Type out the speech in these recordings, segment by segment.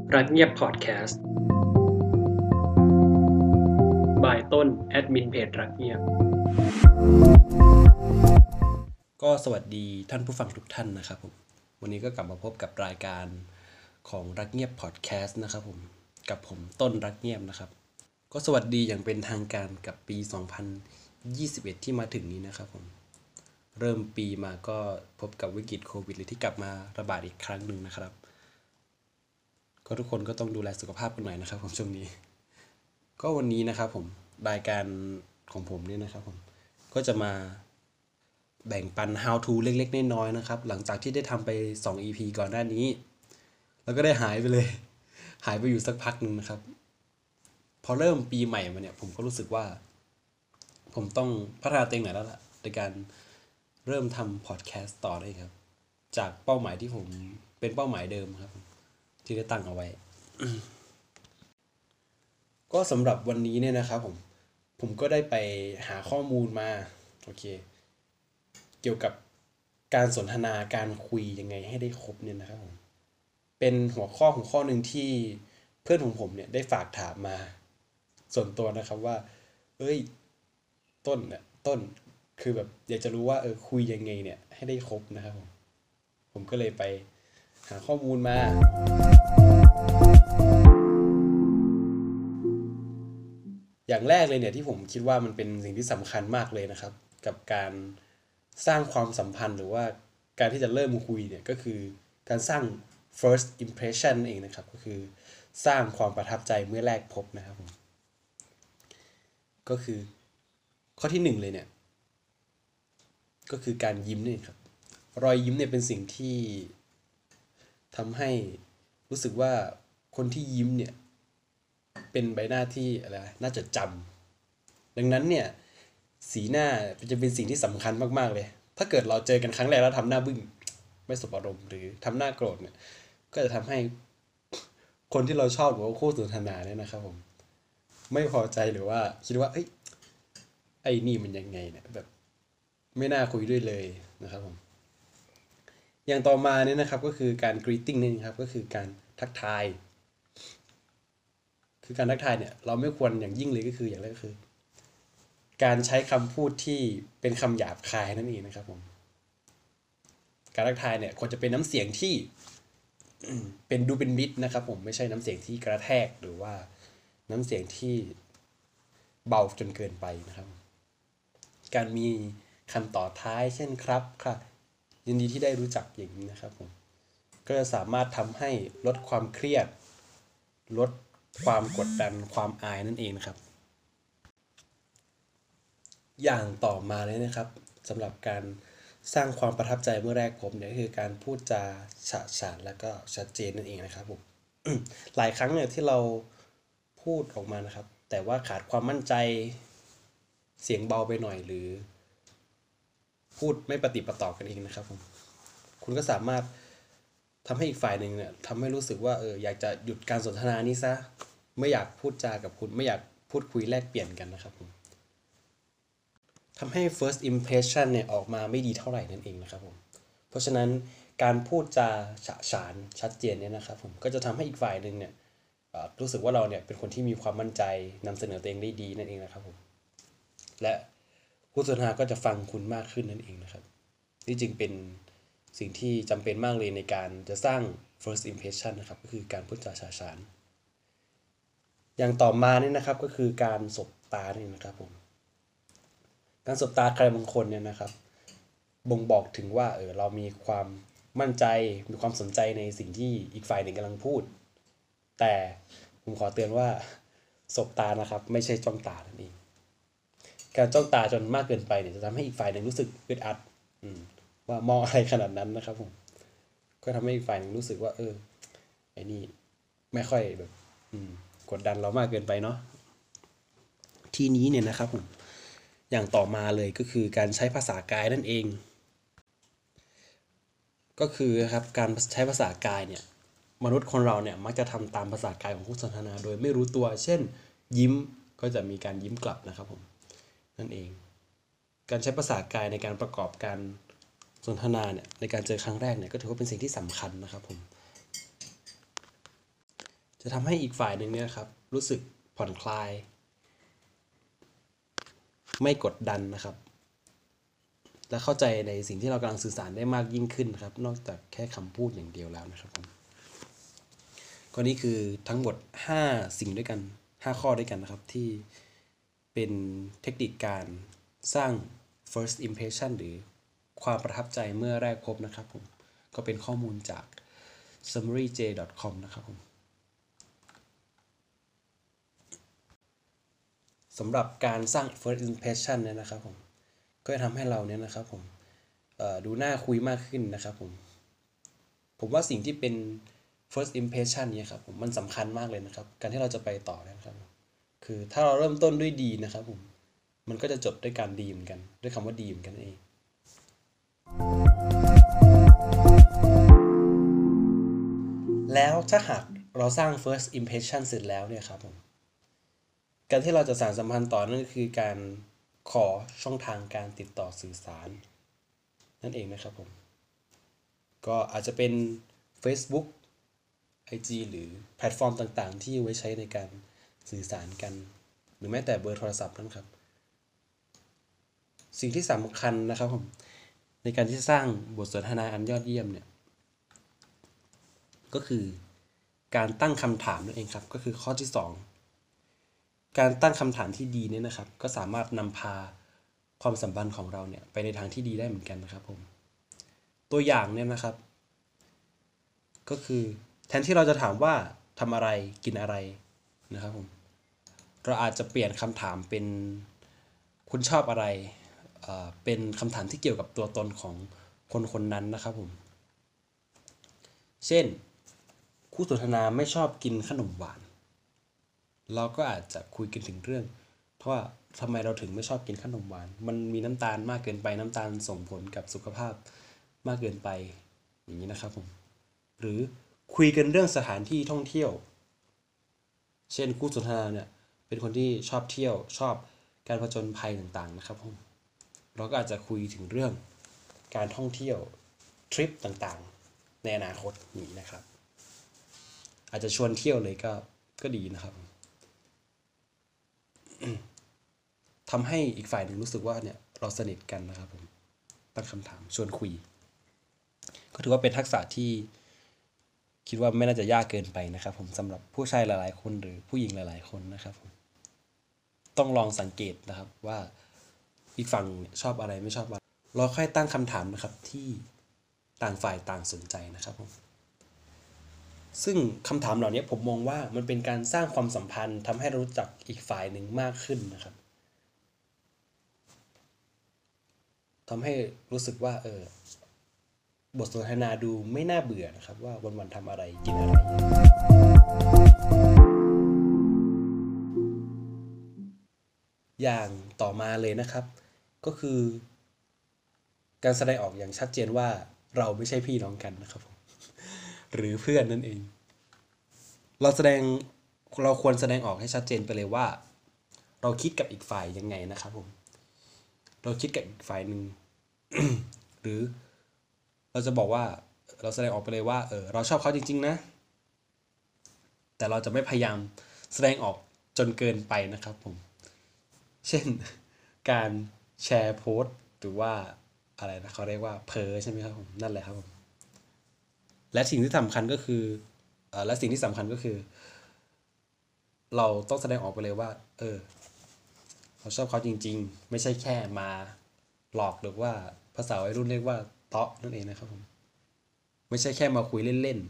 รักเงียบพอดแคสต์บายต้นแอดมินเพจรักเงียบก็สวัสดีท่านผู้ฟังทุกท่านนะครับผมวันนี้ก็กลับมาพบกับรายการของรักเงียบพอดแคสต์นะครับผมกับผมต้นรักเงียบนะครับก็สวัสดีอย่างเป็นทางการกับปี 2021 ที่มาถึงนี้นะครับผมเริ่มปีมาก็พบกับวิกฤตโควิดที่กลับมาระบาดอีกครั้งหนึ่งนะครับก็ทุกคนก็ต้องดูแลสุขภาพกันหน่อยนะครับผมช่วงนี้ก็วันนี้นะครับผมรายการของผมเนี่ยนะครับผมก็จะมาแบ่งปัน how to เล็กๆน้อยๆนะครับหลังจากที่ได้ทำไป2 EP ก่อนหน้านี้แล้วก็ได้หายไปเลยหายไปอยู่สักพักนึงนะครับพอเริ่มปีใหม่มาเนี่ยผมก็รู้สึกว่าผมต้องพัฒนาตัวเองหน่อยแล้วล่ะในการเริ่มทำพอดแคสต์ต่อได้ครับจากเป้าหมายที่ผมเป็นเป้าหมายเดิมครับที่ได้ตั้งเอาไว้ ก็สำหรับวันนี้เนี่ยนะครับผมก็ได้ไปหาข้อมูลมาโอเคเกี่ยวกับการสนทนาการคุยยังไงให้ได้ครบเนี่ยนะครับผมเป็นหัวข้อหนึ่งที่เพื่อนของผมเนี่ยได้ฝากถามมาส่วนตัวนะครับว่าเอ้ยต้นคือแบบอยากจะรู้ว่าคุยยังไงเนี่ยให้ได้ครบนะครับผมก็เลยไปหาข้อมูลมาอย่างแรกเลยเนี่ยที่ผมคิดว่ามันเป็นสิ่งที่สำคัญมากเลยนะครับกับการสร้างความสัมพันธ์หรือว่าการที่จะเริ่มคุยเนี่ยก็คือการสร้าง first impression เองนะครับก็คือสร้างความประทับใจเมื่อแรกพบนะครับผมก็คือข้อที่1เลยเนี่ยก็คือการยิ้มนี่ครับรอยยิ้มเนี่ยเป็นสิ่งที่ทำให้รู้สึกว่าคนที่ยิ้มเนี่ยเป็นใบหน้าที่อะไรน่าจดจำดังนั้นเนี่ยสีหน้าจะเป็นสิ่งที่สำคัญมากๆเลยถ้าเกิดเราเจอกันครั้งแรกแล้วทำหน้าบึ้งไม่สบอารมณ์หรือทำหน้าโกรธเนี่ยก็จะทำให้คนที่เราชอบหรือว่าคู่สนทนาเนี่ยนะครับผมไม่พอใจหรือว่าคิดว่าไอ้นี่มันยังไงเนี่ยแบบไม่น่าคุยด้วยเลยนะครับผมอย่างต่อมาเนี่ยนะครับก็คือการ greeting นี่ครับก็คือการทักทายคือการทักทายเนี่ยเราไม่ควรอย่างยิ่งเลยก็คืออย่างแรกก็คือการใช้คำพูดที่เป็นคำหยาบคายนั่นเองนะครับผมการทักทายเนี่ยควรจะเป็นน้ำเสียงที่เป็นมิตรนะครับผมไม่ใช่น้ำเสียงที่กระแทกหรือว่าน้ำเสียงที่เบาจนเกินไปนะครับการมีคำต่อท้ายเช่นครับค่ะยินดีที่ได้รู้จักอย่างนี้นะครับผมก็จะสามารถทำให้ลดความเครียดลดความกดดันความอายนั่นเองนะครับอย่างต่อมาเลยนะครับสำหรับการสร้างความประทับใจเมื่อแรกพบเนี่ยคือการพูดจาฉะฉานและก็ชัดเจนนั่นเองนะครับผม หลายครั้งเนี่ยที่เราพูดออกมานะครับแต่ว่าขาดความมั่นใจเสียงเบาไปหน่อยหรือพูดไม่ปฏิปต่อกันเองนะครับผมคุณก็สามารถทำให้อีกฝ่ายหนึ่งเนี่ยทำให้รู้สึกว่าอยากจะหยุดการสนทนานี้ซะไม่อยากพูดจากับคุณไม่อยากพูดคุยแลกเปลี่ยนกันนะครับผมทำให้ first impression เนี่ยออกมาไม่ดีเท่าไหร่นั่นเองนะครับผมเพราะฉะนั้นการพูดจาฉะฉานชัดเจนเนี่ยนะครับผมก็จะทำให้อีกฝ่ายหนึ่งเนี่ยรู้สึกว่าเราเนี่ยเป็นคนที่มีความมั่นใจนำเสนอตัวเองได้ดีนั่นเองนะครับผมและผู้สนทนาก็จะฟังคุณมากขึ้นนั่นเองนะครับนี่จึงเป็นสิ่งที่จำเป็นมากเลยในการจะสร้าง first impression นะครับก็คือการพูดจาฉะฉานอย่างต่อมาเนี่ยนะครับก็คือการสบตาเนี่ยนะครับผมการสบตาใครบางคนเนี่ยนะครับบ่งบอกถึงว่าเรามีความมั่นใจมีความสนใจในสิ่งที่อีกฝ่ายหนึ่งกำลังพูดแต่ผมขอเตือนว่าสบตานะครับไม่ใช่จ้องตานั่นเองการจ้องตาจนมากเกินไปเนี่ยจะทำให้อีกฝ่ายหนึ่งรู้สึกอึดอัดว่ามองอะไรขนาดนั้นนะครับผมก็ทำให้อีกฝ่ายหนึ่งรู้สึกว่าไอ้นี่ไม่ค่อยแบบกดดันเรามากเกินไปเนาะทีนี้เนี่ยนะครับผมอย่างต่อมาเลยก็คือการใช้ภาษากายนั่นเองก็คือครับการใช้ภาษากายเนี่ยมนุษย์คนเราเนี่ยมักจะทำตามภาษากายของคู่สนทนาโดยไม่รู้ตัวเช่นยิ้มก็จะมีการยิ้มกลับนะครับผมนั่นเองการใช้ภาษากายในการประกอบการสนทนาเนี่ยในการเจอครั้งแรกเนี่ยก็ถือว่าเป็นสิ่งที่สำคัญนะครับผมจะทำให้อีกฝ่ายหนึ่งเนี่ยครับรู้สึกผ่อนคลายไม่กดดันนะครับและเข้าใจในสิ่งที่เรากำลังสื่อสารได้มากยิ่งขึ้นครับนอกจากแค่คำพูดอย่างเดียวแล้วนะครับผมก็นี่คือทั้งหมด5สิ่งด้วยกัน5ข้อด้วยกันนะครับที่เป็นเทคนิคการสร้าง first impression หรือความประทับใจเมื่อแรกพบนะครับผมก็เป็นข้อมูลจาก summaryj.com นะครับผมสำหรับการสร้าง first impression เนี่ยนะครับผมก็จะทำให้เราเนี่ยนะครับผมดูน่าคุยมากขึ้นนะครับผมว่าสิ่งที่เป็น first impression เนี่ยครับผมมันสำคัญมากเลยนะครับการที่เราจะไปต่อนะครับคือถ้าเราเริ่มต้นด้วยดีนะครับผมมันก็จะจบด้วยการดีเหมือนกันด้วยคำว่าดีเหมือนกันเองแล้วถ้าหากเราสร้าง first impression เสร็จแล้วเนี่ยครับผมการที่เราจะสานสัมพันธ์ต่อนั่นก็คือการขอช่องทางการติดต่อสื่อสารนั่นเองนะครับผมก็อาจจะเป็น Facebook IG หรือแพลตฟอร์มต่างๆที่ไว้ใช้ในการสื่อสารกันหรือแม้แต่เบอร์โทรศัพท์นั่นครับสิ่งที่สำคัญนะครับผมในการที่จะสร้างบทสนทนาอันยอดเยี่ยมเนี่ยก็คือการตั้งคำถามนั่นเองครับก็คือข้อที่2การตั้งคำถามที่ดีเนี่ยนะครับก็สามารถนำพาความสัมพันธ์ของเราเนี่ยไปในทางที่ดีได้เหมือนกันนะครับผมตัวอย่างเนี่ยนะครับก็คือแทนที่เราจะถามว่าทำอะไรกินอะไรนะครับผมเราอาจจะเปลี่ยนคำถามเป็นคุณชอบอะไรเป็นคำถามที่เกี่ยวกับตัวตนของคนคนนั้นนะครับผมเช่นคู่สนทนาไม่ชอบกินขนมหวานเราก็อาจจะคุยกันถึงเรื่องเพราะว่าทำไมเราถึงไม่ชอบกินขนมหวานมันมีน้ำตาลมากเกินไปน้ำตาลส่งผลกับสุขภาพมากเกินไปอย่างนี้นะครับผมหรือคุยกันเรื่องสถานที่ท่องเที่ยวเช่นคู่สนทนาเนี่ยเป็นคนที่ชอบเที่ยวชอบการผจญภัยต่างๆนะครับผมเราก็อาจจะคุยถึงเรื่องการท่องเที่ยวทริปต่างๆในอนาคตนี้นะครับอาจจะชวนเที่ยวเลยก็ดีนะครับทำให้อีกฝ่ายหนึ่งรู้สึกว่าเนี่ยเราสนิทกันนะครับผมตั้งคำถามชวนคุยก็ถือว่าเป็นทักษะที่คิดว่าไม่น่าจะยากเกินไปนะครับผมสำหรับผู้ชายหลายๆคนหรือผู้หญิงหลายๆคนนะครับผมต้องลองสังเกตนะครับว่าอีกฝั่งชอบอะไรไม่ชอบอะไรเราค่อยตั้งคำถามนะครับที่ต่างฝ่ายต่างสนใจนะครับผมซึ่งคำถามเหล่านี้ผมมองว่ามันเป็นการสร้างความสัมพันธ์ทำให้รู้จักอีกฝ่ายหนึ่งมากขึ้นนะครับทำให้รู้สึกว่าบทสนทนาดูไม่น่าเบื่อนะครับว่าวันๆทำอะไรกินอะไรอย่างต่อมาเลยนะครับก็คือการแสดงออกอย่างชัดเจนว่าเราไม่ใช่พี่น้องกันนะครับผมหรือเพื่อนนั่นเองเราควรแสดงออกให้ชัดเจนไปเลยว่าเราคิดกับอีกฝ่ายยังไงนะครับผมเราคิดกับอีกฝ่ายหนึ่ง หรือเราจะบอกว่าเราแสดงออกไปเลยว่าเราชอบเขาจริงๆนะแต่เราจะไม่พยายามแสดงออกจนเกินไปนะครับผมเช่นการแชร์โพสต์หรือว่าอะไรนะเขาเรียกว่าเพ้อใช่ไหมครับผมนั่นแหละครับผมและสิ่งที่สำคัญก็คือเราต้องแสดงออกไปเลยว่าเราชอบเขาจริงๆไม่ใช่แค่มาหลอกหรือว่าภาษาวัยรุ่นเรียกว่าเตาะนั่นเองนะครับผมไม่ใช่แค่มาคุยเล่น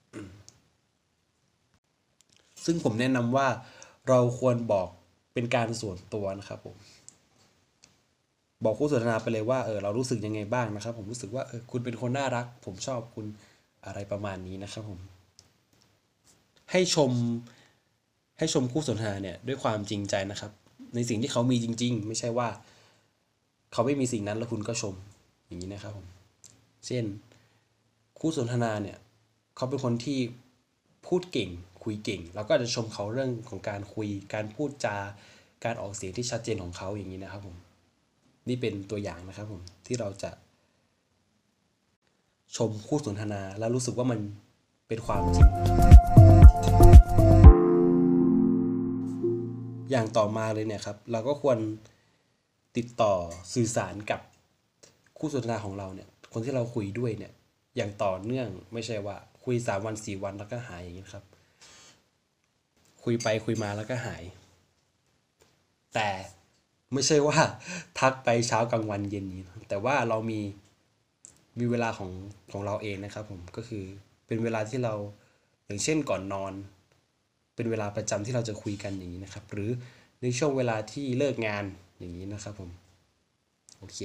ๆซึ่งผมแนะนำว่าเราควรบอกเป็นการส่วนตัวนะครับผมบอกคู่สนทนาไปเลยว่าเรารู้สึกยังไงบ้างนะครับผมรู้สึกว่าคุณเป็นคนน่ารักผมชอบคุณอะไรประมาณนี้นะครับผมให้ชมคู่สนทนาเนี่ยด้วยความจริงใจนะครับในสิ่งที่เขามีจริงๆไม่ใช่ว่าเขาไม่มีสิ่งนั้นแล้วคุณก็ชมอย่างนี้นะครับผมเช่นคู่สนทนาเนี่ยเขาเป็นคนที่พูดเก่งคุยเก่งเราก็อาจจะชมเขาเรื่องของการคุยการพูดจาการออกเสียงที่ชัดเจนของเขาอย่างนี้นะครับผมนี่เป็นตัวอย่างนะครับผมที่เราจะชมคู่สนทนาแล้วรู้สึกว่ามันเป็นความจริงอย่างต่อมาเลยเนี่ยครับเราก็ควรติดต่อสื่อสารกับคู่สนทนาของเราเนี่ยคนที่เราคุยด้วยเนี่ยอย่างต่อเนื่องไม่ใช่ว่าคุย3 วัน 4 วันแล้วก็หายอย่างนี้ครับคุยไปคุยมาแล้วก็หายแต่ไม่ใช่ว่าทักไปเช้ากลางวันเย็นนี้แต่ว่าเรามีเวลาของเราเองนะครับผมก็คือเป็นเวลาที่เราอย่างเช่นก่อนนอนเป็นเวลาประจำที่เราจะคุยกันอย่างนี้นะครับหรือในช่วงเวลาที่เลิกงานอย่างนี้นะครับผมโอเค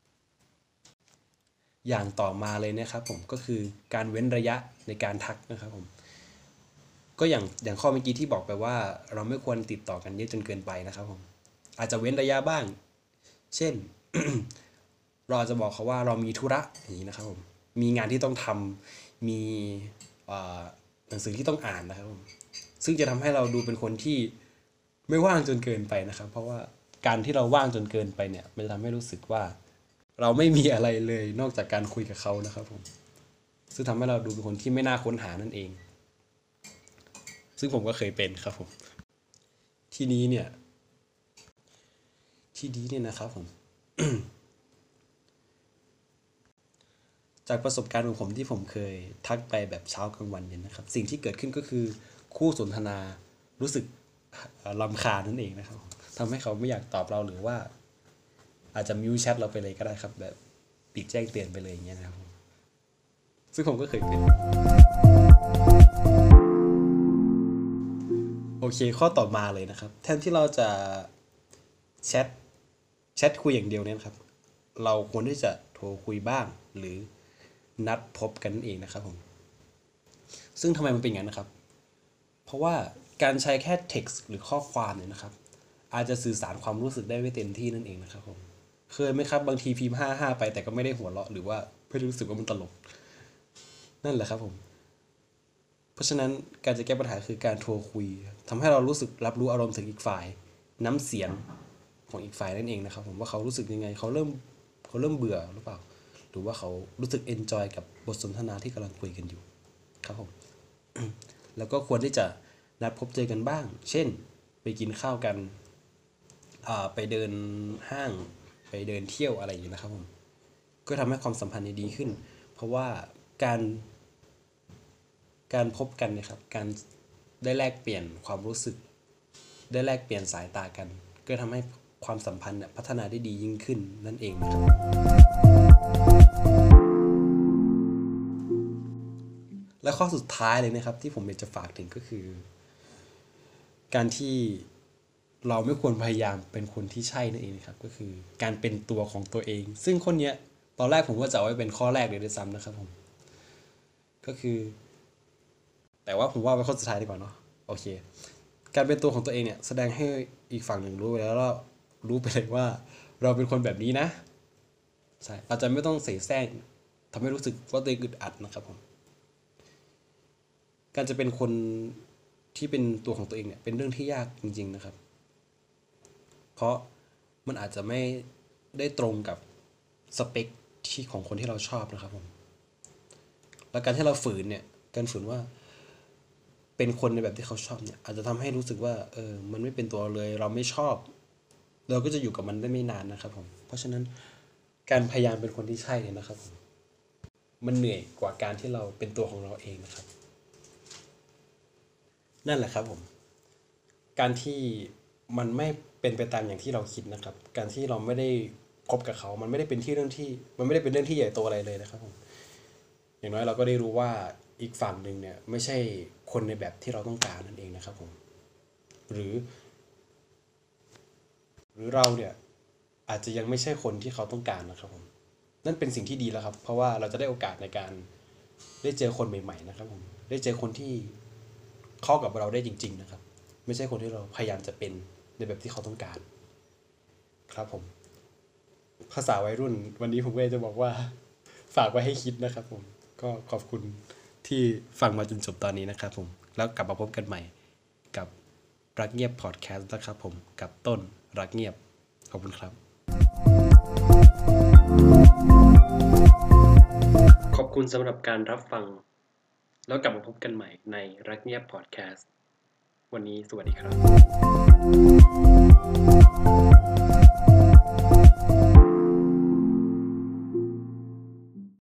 อย่างต่อมาเลยนะครับผมก็คือการเว้นระยะในการทักนะครับผมก็อย่างข้อเมื่อกี้ที่บอกไปว่าเราไม่ควรติดต่อกันเยอะจนเกินไปนะครับผมอาจจะเว้นระยะบ้างเช่น เราอาจจะบอกเขาว่าเรามีธุระอย่างนี้นะครับผมมีงานที่ต้องทำมีหนังสือที่ต้องอ่านนะครับผมซึ่งจะทำให้เราดูเป็นคนที่ไม่ว่างจนเกินไปนะครับเพราะว่าการที่เราว่างจนเกินไปเนี่ยมันจะทำให้รู้สึกว่าเราไม่มีอะไรเลยนอกจากการคุยกับเขานะครับผมซึ่งทำให้เราดูเป็นคนที่ไม่น่าค้นหานั่นเองซึ่งผมก็เคยเป็นครับผมทีนี้เนี่ยนะครับผม จากประสบการณ์ของผมที่ผมเคยทักไปแบบเช้ากลางวันเย็นนะครับสิ่งที่เกิดขึ้นก็คือคู่สนทนารู้สึกรำคาญนั่นเองนะครับทำให้เขาไม่อยากตอบเราหรือว่าอาจจะมิวแชทเราไปเลยก็ได้ครับแบบปิดแจ้งเตือนไปเลยอย่างเงี้ยนะครับซึ่งผมก็เคยเป็นโอเคข้อต่อมาเลยนะครับแทนที่เราจะแชทคุยอย่างเดียวเนี่ยครับเราควรที่จะโทรคุยบ้างหรือนัดพบกันนั่นเองนะครับผมซึ่งทำไมมันเป็นอย่างนั้นนะครับเพราะว่าการใช้แค่ text หรือข้อความเนี่ยนะครับอาจจะสื่อสารความรู้สึกได้ไม่เต็มที่นั่นเองนะครับผมเคยไหมครับบางทีพิมพ์55ไปแต่ก็ไม่ได้หัวเราะหรือว่าไม่รู้สึกว่ามันตลกนั่นแหละครับผมเพราะฉะนั้นการจะแก้ปัญหาคือการโทรคุยทำให้เรารู้สึกรับรู้อารมณ์ถึงอีกฝ่ายน้ำเสียงของอีกฝ่ายนั่นเองนะครับผมว่าเขารู้สึกยังไงเขาเริ่มเบื่อหรือเปล่าหรือว่าเขารู้สึกเอนจอยกับบทสนทนาที่กำลังคุยกันอยู่ครับผม แล้วก็ควรที่จะนัดพบเจอกันบ้างเช่นไปกินข้าวกันไปเดินห้างไปเดินเที่ยวอะไรอย่างนี้นะครับผมก็ทำให้ความสัมพันธ์ดีขึ้นเพราะว่าการพบกันเนี่ยครับการได้แลกเปลี่ยนความรู้สึกได้แลกเปลี่ยนสายตากันก็ทำให้ความสัมพันธ์พัฒนาได้ดียิ่งขึ้นนั่นเองนะครับและข้อสุดท้ายเลยนะครับที่ผมอยากจะฝากถึงก็คือการที่เราไม่ควรพยายามเป็นคนที่ใช่นั่นเองนะครับก็คือการเป็นตัวของตัวเองซึ่งคนเนี้ยตอนแรกผมก็จะเอาไว้เป็นข้อแรกเลยด้วยซ้ำนะครับผมก็คือแต่ว่าผมว่าไว้ข้อสุดท้ายดีกว่าเนาะโอเคการเป็นตัวของตัวเองเนี่ยแสดงให้อีกฝั่งหนึ่งรู้ไปแล้วรู้ไปเลยว่าเราเป็นคนแบบนี้นะใช่เราจะไม่ต้องเสแสร้งทำให้รู้สึกว่าตัวเองอึดอัดนะครับผมการจะเป็นคนที่เป็นตัวของตัวเองเนี่ยเป็นเรื่องที่ยากจริงๆนะครับเพราะมันอาจจะไม่ได้ตรงกับสเปคที่ของคนที่เราชอบนะครับผมแล้วการที่เราฝืนเนี่ยการฝืนว่าเป็นคนในแบบที่เขาชอบเนี่ยอาจจะทำให้รู้สึกว่ามันไม่เป็นตัวเลยเราไม่ชอบเราก็จะอยู่กับมันได้ไม่นานนะครับผมเพราะฉะนั้นการพยายามเป็นคนที่ใช่เนี่ยนะครับผมมันเหนื่อยกว่าการที่เราเป็นตัวของเราเองนะครับนั่นแหละครับผมการที่มันไม่เป็นไปตามอย่างที่เราคิดนะครับการที่เราไม่ได้คบกับเขามันไม่ได้เป็นเรื่องที่ใหญ่โตอะไรเลยนะครับผมอย่างน้อยเราก็ได้รู้ว่าอีกฝั่งหนึ่งเนี่ยไม่ใช่คนในแบบที่เราต้องการนั่นเองนะครับผมหรือเราเนี่ยอาจจะยังไม่ใช่คนที่เขาต้องการนะครับผมนั่นเป็นสิ่งที่ดีแล้วครับเพราะว่าเราจะได้โอกาสในการได้เจอคนใหม่ๆนะครับผมได้เจอคนที่เข้ากับเราได้จริงๆนะครับไม่ใช่คนที่เราพยายามจะเป็นในแบบที่เขาต้องการครับผมภาษาวัยรุ่นวันนี้ผมก็จะบอกว่าฝากไว้ให้คิดนะครับผมก็ขอบคุณที่ฟังมาจนจบตอนนี้นะครับผมแล้วกลับมาพบกันใหม่กับรักเงียบพอดแคสต์นะครับผมกับต้นรักเงียบขอบคุณครับขอบคุณสำหรับการรับฟังแล้วกลับมาพบกันใหม่ในรักเงียบพอดแคสต์วันนี้สวัสดีครับ